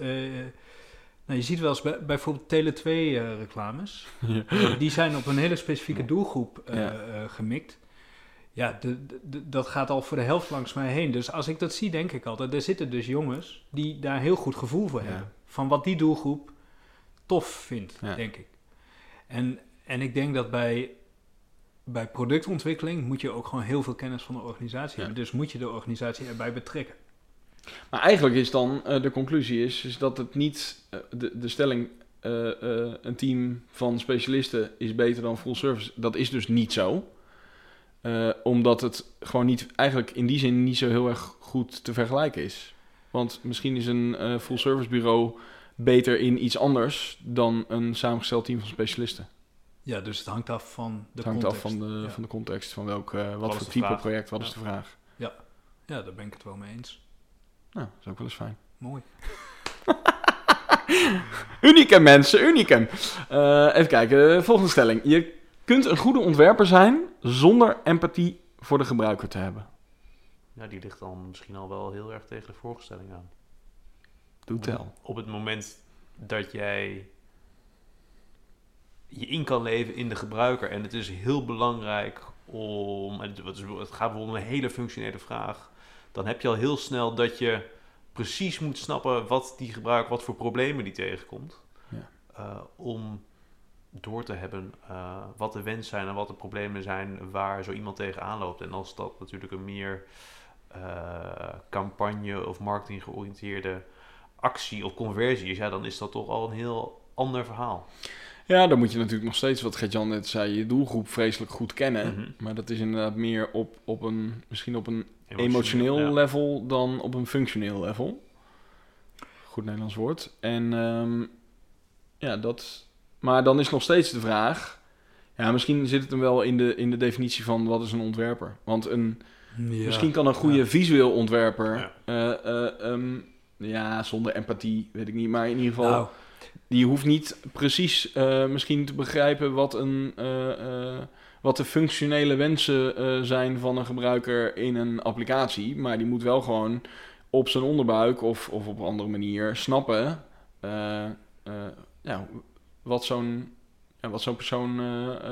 je ziet wel eens bijvoorbeeld Tele2 reclames. Die zijn op een hele specifieke doelgroep gemikt. Ja, dat gaat al voor de helft langs mij heen. Dus als ik dat zie, denk ik altijd, er zitten dus jongens die daar heel goed gevoel voor hebben. Van wat die doelgroep tof vindt, denk ik. En ik denk dat bij productontwikkeling moet je ook gewoon heel veel kennis van de organisatie hebben. Dus moet je de organisatie erbij betrekken. Maar eigenlijk is dan de conclusie is dat het niet de stelling een team van specialisten is beter dan full service. Dat is dus niet zo. Omdat het gewoon niet, eigenlijk in die zin niet zo heel erg goed te vergelijken is. Want misschien is een full service bureau beter in iets anders dan een samengesteld team van specialisten. Ja, dus het hangt af van de context. Het hangt af van de context, van wat voor type project, wat is de vraag. Ja, daar ben ik het wel mee eens. Nou, dat is ook wel eens fijn. Mooi. Unicum mensen, unicum. Even kijken, volgende stelling. Je kunt een goede ontwerper zijn zonder empathie voor de gebruiker te hebben. Ja, die ligt dan misschien al wel heel erg tegen de voorstelling aan. Doe tel. Op het moment dat jij je in kan leven in de gebruiker en het is heel belangrijk om, het gaat bijvoorbeeld om een hele functionele vraag, dan heb je al heel snel dat je precies moet snappen wat die gebruiker, wat voor problemen die tegenkomt. Ja. Om door te hebben wat de wens zijn en wat de problemen zijn waar zo iemand tegenaan loopt. En als dat natuurlijk een meer campagne of marketing georiënteerde actie of conversie is, dan is dat toch al een heel ander verhaal. Ja, dan moet je natuurlijk nog steeds, wat Gert-Jan net zei, je doelgroep vreselijk goed kennen. Mm-hmm. Maar dat is inderdaad meer op een emotioneel level dan op een functioneel level. Goed Nederlands woord. En maar dan is nog steeds de vraag, misschien zit het hem wel in de definitie van wat is een ontwerper. Want misschien kan een goede visueel ontwerper, zonder empathie, weet ik niet, maar in ieder geval, die hoeft niet precies misschien te begrijpen wat de functionele wensen zijn van een gebruiker in een applicatie, maar die moet wel gewoon op zijn onderbuik of op een andere manier snappen wat zo'n persoon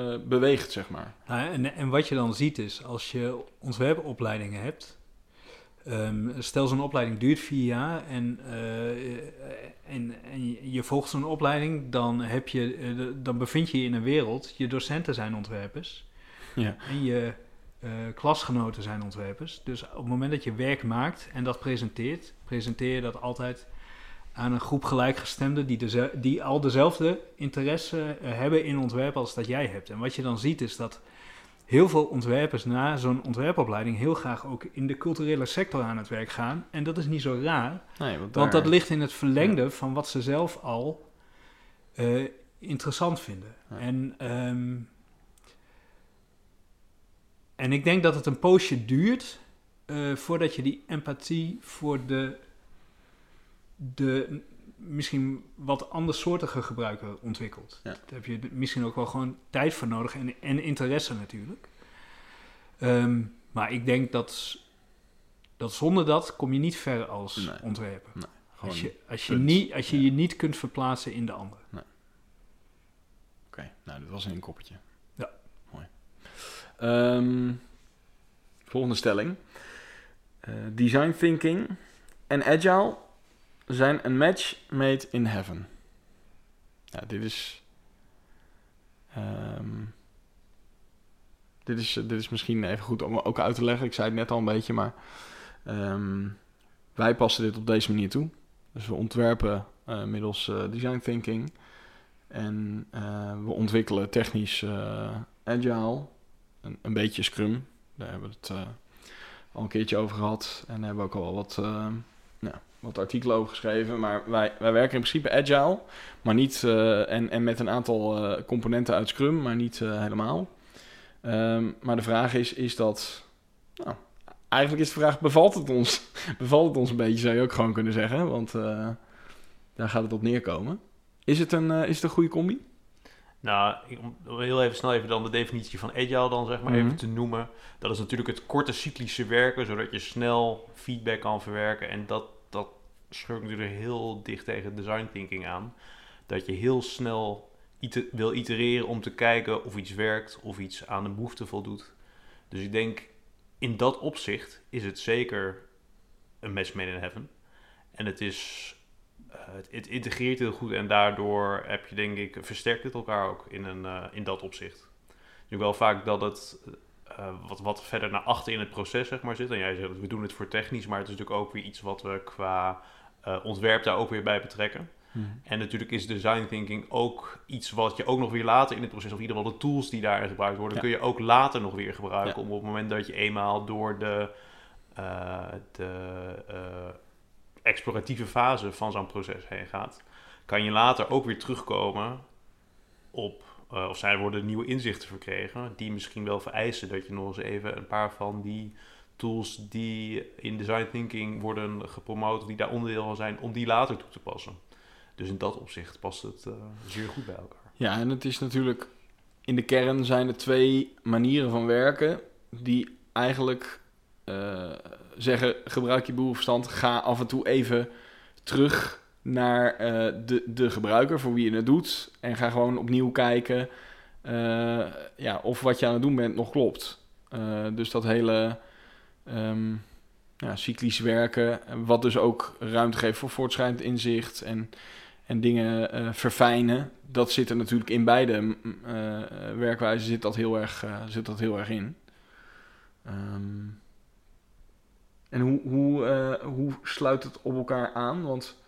beweegt, zeg maar. En wat je dan ziet is, als je ontwerpopleidingen hebt, Stel zo'n opleiding duurt 4 jaar en je volgt zo'n opleiding, dan bevind je je in een wereld. Je docenten zijn ontwerpers Ja. en je klasgenoten zijn ontwerpers. Dus op het moment dat je werk maakt en dat presenteer je dat altijd aan een groep gelijkgestemden die al dezelfde interesse hebben in ontwerpen als dat jij hebt. En wat je dan ziet is dat heel veel ontwerpers na zo'n ontwerpopleiding heel graag ook in de culturele sector aan het werk gaan. En dat is niet zo raar, Nee, want dat ligt in het verlengde van wat ze zelf al interessant vinden. Ja. En ik denk dat het een poosje duurt voordat je die empathie voor de misschien wat andersoortige gebruiker ontwikkelt. Ja. Daar heb je misschien ook wel gewoon tijd voor nodig en interesse natuurlijk. Maar ik denk dat zonder dat kom je niet ver als ontwerper. Nee, gewoon Als je je niet kunt verplaatsen in de ander. Oké, nou, dit was een koppertje. Ja. Mooi. Volgende stelling. Design thinking en agile zijn een match made in heaven. Ja, dit is misschien even goed om ook uit te leggen. Ik zei het net al een beetje, maar wij passen dit op deze manier toe. Dus we ontwerpen middels design thinking en we ontwikkelen technisch agile, een beetje Scrum. Daar hebben we het al een keertje over gehad en hebben we ook al wat artikelen over geschreven. Maar wij werken in principe agile, maar niet en met een aantal componenten uit Scrum, maar niet helemaal. Maar de vraag is dat... Nou, eigenlijk is de vraag, bevalt het ons? Bevalt het ons een beetje, zou je ook gewoon kunnen zeggen. Want daar gaat het op neerkomen. Is het een goede combi? Nou, om heel even snel dan de definitie van agile dan zeg maar even te noemen. Dat is natuurlijk het korte cyclische werken, zodat je snel feedback kan verwerken. En dat schurkt natuurlijk heel dicht tegen design thinking aan. Dat je heel snel wil itereren om te kijken of iets werkt of iets aan een behoefte voldoet. Dus ik denk, in dat opzicht is het zeker een match made in heaven. En het integreert heel goed en daardoor heb je, denk ik, versterkt het elkaar ook in dat opzicht. Dus wel vaak dat het wat verder naar achter in het proces zeg maar zit. En jij zegt, we doen het voor technisch, maar het is natuurlijk ook weer iets wat we qua ontwerp daar ook weer bij betrekken. En natuurlijk is design thinking ook iets wat je ook nog weer later in het proces, of in ieder geval de tools die daarin gebruikt worden, kun je ook later nog weer gebruiken. Om op het moment dat je eenmaal door de exploratieve fase van zo'n proces heen gaat, kan je later ook weer terugkomen op, of zijn er worden nieuwe inzichten verkregen, die misschien wel vereisen dat je nog eens even een paar van die tools die in design thinking worden gepromoot, die daar onderdeel van zijn, om die later toe te passen. Dus in dat opzicht past het zeer goed bij elkaar. Ja, en het is natuurlijk, in de kern zijn er 2 manieren van werken die eigenlijk zeggen, gebruik je boerenverstand, ga af en toe even terug naar de gebruiker voor wie je het doet en ga gewoon opnieuw kijken of wat je aan het doen bent nog klopt. Dus dat hele cyclisch werken, wat dus ook ruimte geeft voor voortschrijdend inzicht en dingen verfijnen, dat zit er natuurlijk in beide werkwijzen zit dat heel erg in. En hoe sluit het op elkaar aan? Want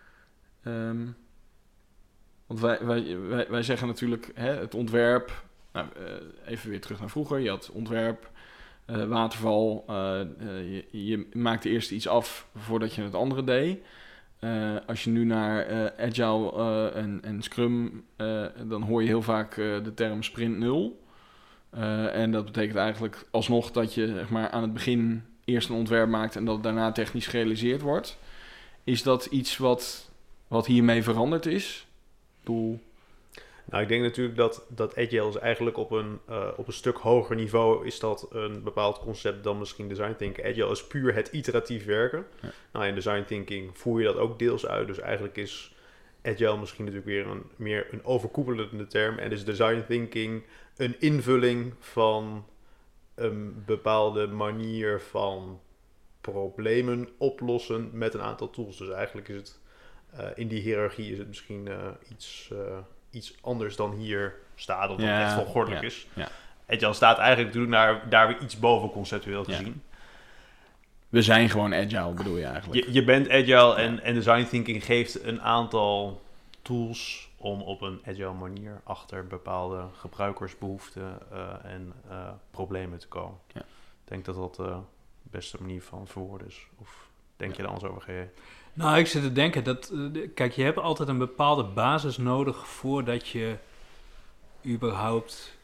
wij zeggen natuurlijk, het ontwerp, even weer terug naar vroeger, je had ontwerp, waterval, je maakte eerst iets af voordat je het andere deed. Als je nu naar Agile en Scrum, dan hoor je heel vaak de term Sprint 0. En dat betekent eigenlijk alsnog dat je zeg maar, aan het begin eerst een ontwerp maakt en dat het daarna technisch gerealiseerd wordt. Is dat iets wat hiermee veranderd is? Nou, ik denk natuurlijk dat Agile is eigenlijk op een stuk hoger niveau is dat een bepaald concept dan misschien design thinking. Agile is puur het iteratief werken. Ja. Nou, in design thinking voer je dat ook deels uit. Dus eigenlijk is Agile misschien natuurlijk weer meer een overkoepelende term. En is design thinking een invulling van een bepaalde manier van problemen oplossen met een aantal tools. Dus eigenlijk is het in die hiërarchie is het misschien iets anders dan hier staat, of dat het echt volgordelijk is. Ja. Agile staat eigenlijk natuurlijk daar weer iets boven conceptueel gezien. We zijn gewoon agile, bedoel je eigenlijk? Je bent agile en design thinking geeft een aantal tools om op een agile manier achter bepaalde gebruikersbehoeften en problemen te komen. Ja. Ik denk dat dat de beste manier van verwoorden is. Of denk je er anders over, GJ? Nou, ik zit te denken dat... kijk, je hebt altijd een bepaalde basis nodig voordat je überhaupt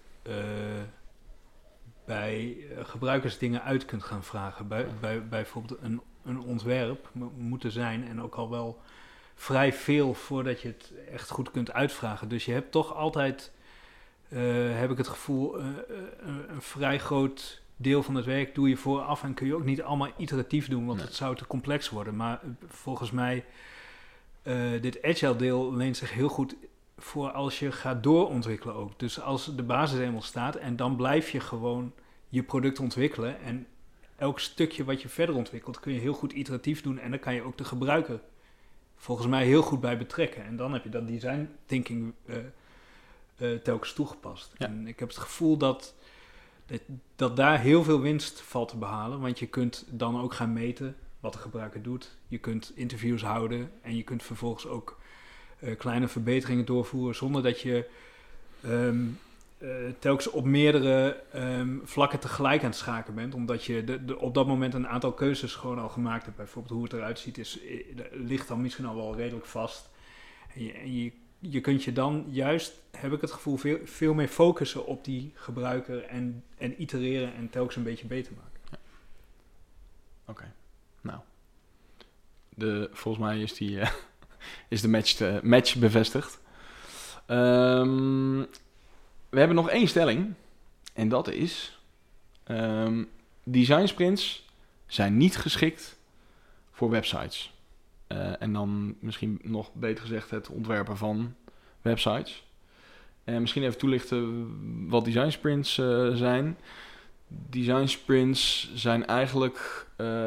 bij gebruikers dingen uit kunt gaan vragen. Bij bijvoorbeeld een ontwerp moet er zijn en ook al wel vrij veel voordat je het echt goed kunt uitvragen. Dus je hebt toch altijd, heb ik het gevoel, een vrij groot deel van het werk doe je vooraf en kun je ook niet allemaal iteratief doen, want het zou te complex worden. Maar volgens mij, dit agile deel leent zich heel goed voor als je gaat doorontwikkelen ook. Dus als de basis eenmaal staat en dan blijf je gewoon je product ontwikkelen en elk stukje wat je verder ontwikkelt kun je heel goed iteratief doen en dan kan je ook de gebruiker volgens mij heel goed bij betrekken. En dan heb je dat design thinking telkens toegepast. Ja. En ik heb het gevoel dat daar heel veel winst valt te behalen, want je kunt dan ook gaan meten wat de gebruiker doet. Je kunt interviews houden en je kunt vervolgens ook kleine verbeteringen doorvoeren zonder dat je telkens op meerdere vlakken tegelijk aan het schaken bent, omdat je op dat moment een aantal keuzes gewoon al gemaakt hebt. Bijvoorbeeld hoe het eruit ziet ligt dan misschien al wel redelijk vast. En je kunt je dan juist, heb ik het gevoel, veel meer focussen op die gebruiker en itereren en telkens een beetje beter maken. Ja. Oké. Nou. Volgens mij is de match bevestigd. We hebben nog 1 stelling. En dat is... design sprints zijn niet geschikt voor websites. En dan misschien nog beter gezegd het ontwerpen van websites. En misschien even toelichten wat design sprints zijn. Design sprints zijn eigenlijk...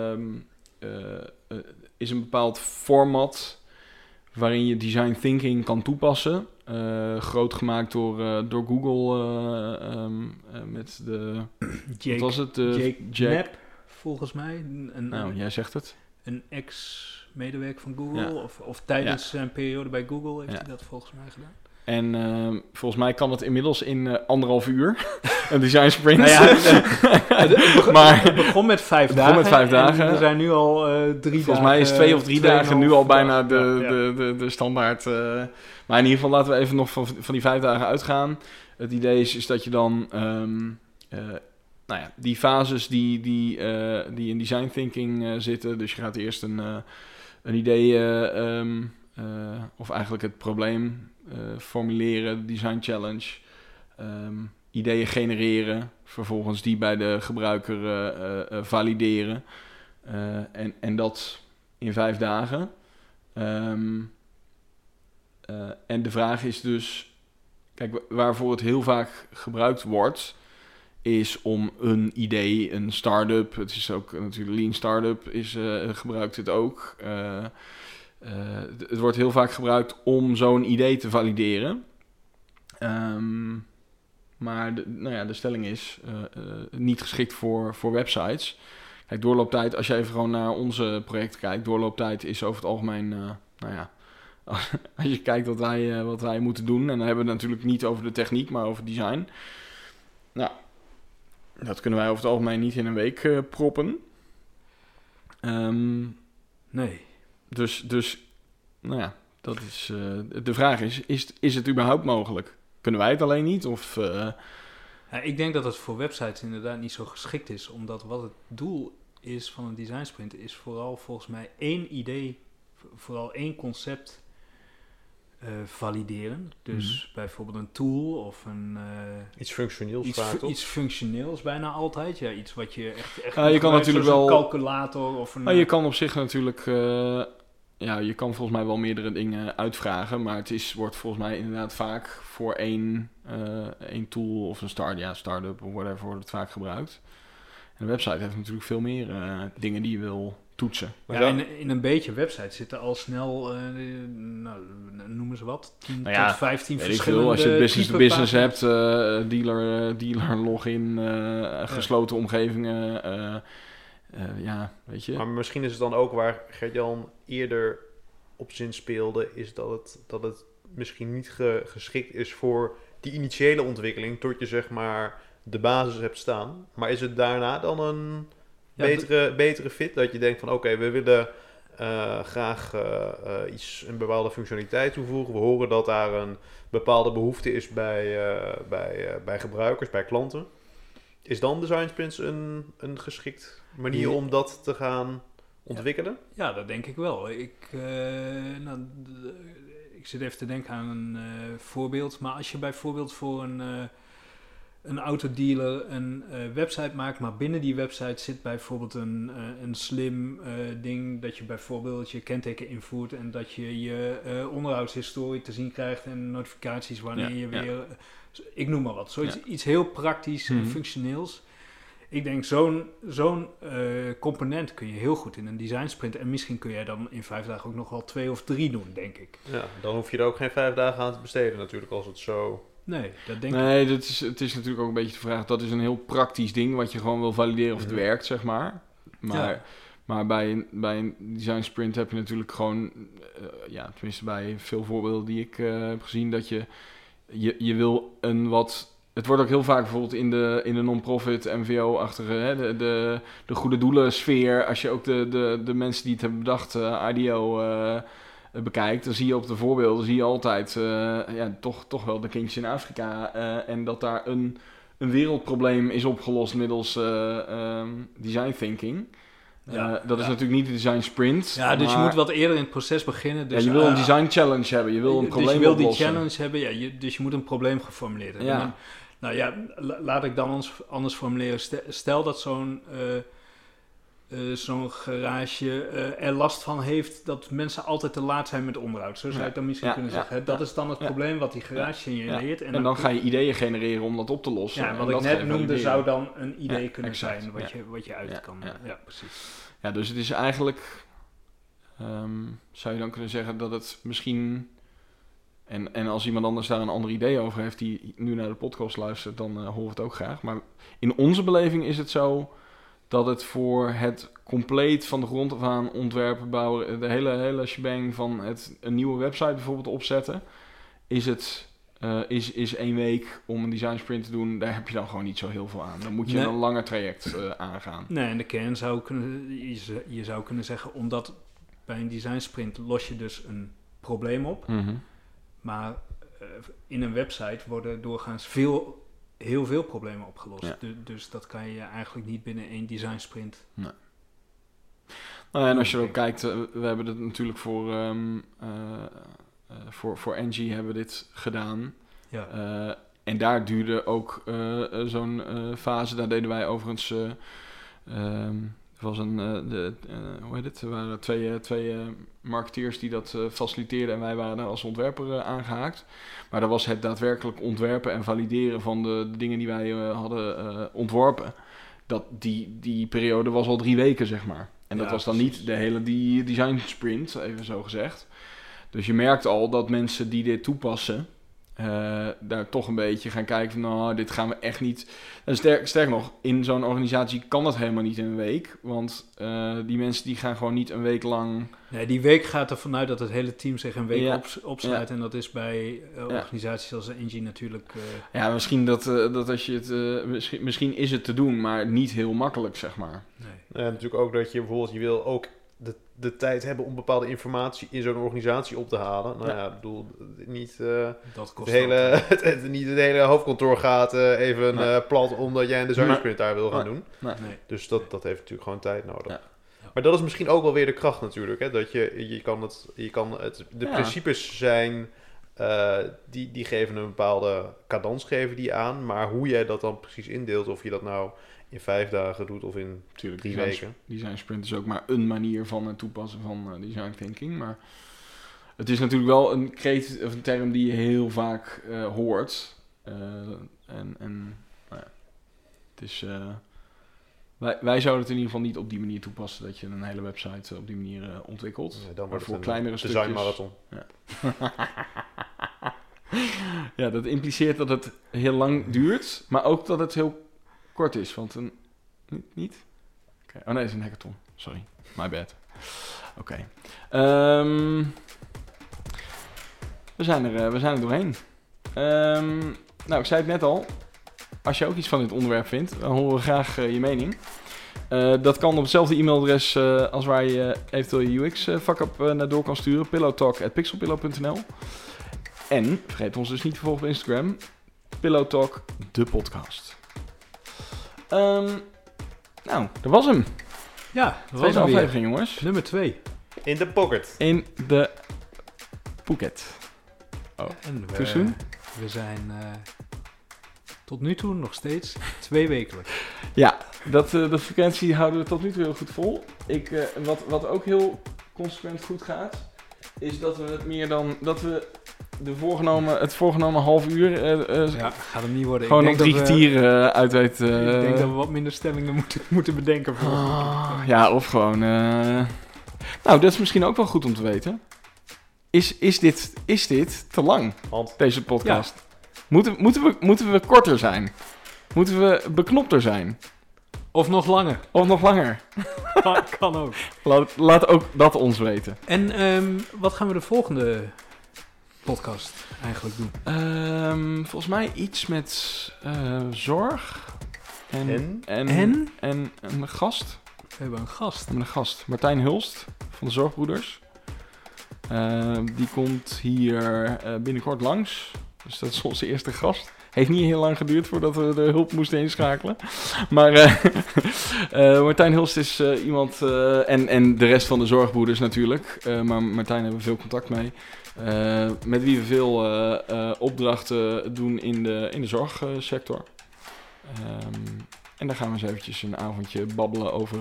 is een bepaald format waarin je design thinking kan toepassen. Groot gemaakt door Google met de... Jake, wat was het? Jake Knapp, volgens mij. Nou, jij zegt het. Een ex-medewerker van Google. Of tijdens zijn periode bij Google heeft hij dat volgens mij gedaan. En volgens mij kan het inmiddels in 1,5 uur. Een design sprint. Nou ja, het begon met 5 dagen. Er zijn nu al 3 dagen. Volgens mij is 2 of 3 dagen nu al bijna de standaard. Maar in ieder geval laten we even nog van die 5 dagen uitgaan. Het idee is dat je dan... die fases die in design thinking zitten. Dus je gaat eerst een idee... of eigenlijk het probleem formuleren, design challenge, ideeën genereren, vervolgens die bij de gebruiker valideren en dat in 5 dagen. En de vraag is dus, kijk, waarvoor het heel vaak gebruikt wordt, is om een idee, een start-up, het is ook natuurlijk Lean Startup, gebruikt het ook. Het wordt heel vaak gebruikt om zo'n idee te valideren. Maar de stelling is niet geschikt voor websites. Kijk, doorlooptijd, als je even gewoon naar onze project kijkt, doorlooptijd is over het algemeen, als je kijkt wat wij moeten doen, en dan hebben we het natuurlijk niet over de techniek, maar over design. Nou, dat kunnen wij over het algemeen niet in een week proppen. Nee. Dus, nou ja, dat is... de vraag is het überhaupt mogelijk? Kunnen wij het alleen niet? Of... Ja, ik denk dat het voor websites inderdaad niet zo geschikt is, omdat wat het doel is van een design sprint is vooral volgens mij 1 idee, vooral 1 concept valideren. Dus bijvoorbeeld een tool of een... iets functioneels vaak, toch? Iets functioneels bijna altijd. Ja, iets wat je echt je kan natuurlijk wel... een calculator of een... je kan op zich natuurlijk... je kan volgens mij wel meerdere dingen uitvragen, maar het wordt volgens mij inderdaad vaak voor één tool of een start-up of whatever wordt het vaak gebruikt. En de website heeft natuurlijk veel meer dingen die je wil toetsen. Maar Ja, in een beetje website zitten al snel, noemen ze wat, 10 Nou tot 15 Weet ik verschillende veel, als je business-to-business type hebt, dealer login, gesloten omgevingen, weet je. Maar misschien is het dan ook waar Gert-Jan eerder op zinspeelde, is dat het misschien niet geschikt is voor die initiële ontwikkeling, tot je zeg maar de basis hebt staan. Maar is het daarna dan een betere fit, dat je denkt van oké, we willen graag een bepaalde functionaliteit toevoegen. We horen dat daar een bepaalde behoefte is bij gebruikers, bij klanten. Is dan Design Sprints een geschikt manier om dat te gaan ontwikkelen? Ja, dat denk ik wel. Ik zit even te denken aan een voorbeeld. Maar als je bijvoorbeeld voor een autodealer een website maakt, maar binnen die website zit bijvoorbeeld een slim ding dat je bijvoorbeeld je kenteken invoert en dat je je onderhoudshistorie te zien krijgt en notificaties wanneer je weer... ik noem maar wat. Zoiets iets heel praktisch en functioneels. Ik denk zo'n component kun je heel goed in een design sprint en misschien kun jij dan in 5 dagen ook nog wel 2 of 3 doen, denk ik. Ja, dan hoef je er ook geen 5 dagen aan te besteden natuurlijk als het zo... Nee, dat denk ik. Nee, het is natuurlijk ook een beetje de vraag. Dat is een heel praktisch ding wat je gewoon wil valideren of het werkt, zeg maar. Maar bij een design sprint heb je natuurlijk gewoon, tenminste bij veel voorbeelden die ik heb gezien, dat je wil een wat... Het wordt ook heel vaak bijvoorbeeld in de non-profit, MVO-achtige, de goede doelen sfeer. Als je ook de mensen die het hebben bedacht, IDEO... bekijkt, dan zie je op de voorbeelden altijd toch wel de kindjes in Afrika en dat daar een wereldprobleem is opgelost middels design thinking. Dat is natuurlijk niet de design sprint. Ja, dus je moet wat eerder in het proces beginnen. Dus, je wil een design challenge hebben, je wil een probleem oplossen. Dus je wil die challenge hebben, dus je moet een probleem geformuleerd hebben. Ja. Laat ik dan anders formuleren. Stel dat zo'n garage er last van heeft dat mensen altijd te laat zijn met onderhoud. Zo zou je het dan misschien kunnen zeggen. Dat is dan het probleem wat die garage genereert. En dan ga je ideeën genereren om dat op te lossen. Ja, wat ik net noemde zou dan een idee kunnen zijn wat je uit kan. Ja, precies. Ja, dus het is eigenlijk... zou je dan kunnen zeggen dat het misschien... En als iemand anders daar een ander idee over heeft die nu naar de podcast luistert, dan horen we het ook graag. Maar in onze beleving is het zo dat het voor het compleet van de grond af aan ontwerpen, bouwen, de hele shebang van een nieuwe website bijvoorbeeld opzetten, is 1 week om een design sprint te doen. Daar heb je dan gewoon niet zo heel veel aan. Dan moet je een langer traject aangaan. Nee, en de kern je zou kunnen zeggen, omdat bij een design sprint los je dus een probleem op. Mm-hmm. Maar in een website worden doorgaans heel veel problemen opgelost. Ja. Dus dat kan je eigenlijk niet binnen 1 design sprint. Nee. Nou ja, en als je ook kijkt, we hebben het natuurlijk voor Engie hebben we dit gedaan. Ja. En daar duurde ook zo'n fase. Daar deden wij overigens... Er waren twee marketeers die dat faciliteerden en wij waren daar als ontwerper aangehaakt. Maar dat was het daadwerkelijk ontwerpen en valideren van de dingen die wij hadden ontworpen. Die periode was al 3 weken, zeg maar. En dat was dan niet de hele design sprint, even zo gezegd. Dus je merkt al dat mensen die dit toepassen, daar toch een beetje gaan kijken van, nou, dit gaan we echt niet. En sterk nog, in zo'n organisatie kan dat helemaal niet in een week. Want die mensen die gaan gewoon niet een week lang... Nee, die week gaat er vanuit dat het hele team zich een week opsluit. Ja. En dat is bij organisaties als Engie natuurlijk... Ja, misschien dat als je het... misschien is het te doen, maar niet heel makkelijk, zeg maar. Nee. Natuurlijk ook dat je bijvoorbeeld... Je wil ook de tijd hebben om bepaalde informatie in zo'n organisatie op te halen. Nou ja, ik bedoel, niet, dat kost niet het hele hoofdkantoor gaat even plat omdat jij een design sprint daar wil gaan doen. Nee. Dus dat heeft natuurlijk gewoon tijd nodig. Ja. Maar dat is misschien ook wel weer de kracht natuurlijk. Hè? Dat de principes zijn, die geven een bepaalde cadans geven die aan. Maar hoe jij dat dan precies indeelt, of je dat nou in 5 dagen doet of in 3 weken. Design sprint is ook maar een manier van het toepassen van design thinking. Maar het is natuurlijk wel een term die je heel vaak hoort. Het is... Wij zouden het in ieder geval niet op die manier toepassen dat je een hele website op die manier ontwikkelt. Ja, dan wordt voor het kleinere een stukjes. designmarathon. Ja, dat impliceert dat het heel lang duurt, maar ook dat het heel kort is. Want een... Niet? Okay. Oh nee, het is een hackathon. Sorry, my bad. Oké. We zijn er doorheen. Nou, ik zei het net al. Als je ook iets van dit onderwerp vindt, dan horen we graag je mening. Dat kan op hetzelfde e-mailadres als waar je eventueel je UX-fuck-up naar door kan sturen. pillowtalk@pixelpillow.nl. En vergeet ons dus niet te volgen op Instagram. Pillowtalk, de podcast. Nou, dat was hem. Ja, dat was Tweede hem weer. aflevering, jongens. Nummer 2. In de pocket. In de Phuket. Oh, En too soon? we zijn tot nu toe nog steeds 2 wekelijks. Ja, dat frequentie houden we tot nu toe heel goed vol. Wat ook heel consequent goed gaat, is dat we het meer dan... dat we het voorgenomen half uur... Ja, gaat hem niet worden. gewoon Ik nog denk 3 dat we- kwartier uitweet... Ik denk dat we wat minder stellingen moeten bedenken voor. ja, of gewoon... Nou, dat is misschien ook wel goed om te weten. Is dit te lang, Want deze podcast? Moeten we korter zijn? Moeten we beknopter zijn? Of nog langer. Of nog langer? Kan ook. Laat ook dat ons weten. En wat gaan we de volgende podcast eigenlijk doen? Volgens mij iets met zorg. En een gast. We hebben een gast. We hebben een gast. Martijn Hulst van de Zorgbroeders. Die komt hier binnenkort langs. Dus dat is onze eerste gast. Heeft niet heel lang geduurd voordat we de hulp moesten inschakelen. Maar Martijn Hulst is iemand... en de rest van de Zorgbroeders natuurlijk. Maar Martijn hebben we veel contact mee. Met wie we veel opdrachten doen in de zorgsector. En daar gaan we eens eventjes een avondje babbelen over...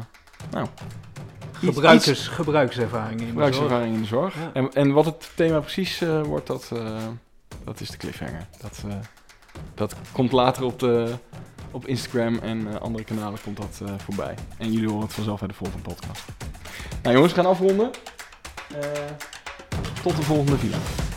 Gebruikservaringen in de zorg. gebruikservaring in de zorg. Ja. En wat het thema precies wordt, dat is de cliffhanger. Dat komt later op Instagram en andere kanalen komt dat voorbij. En jullie horen het vanzelf bij de volgende podcast. Nou jongens, we gaan afronden. Tot de volgende video.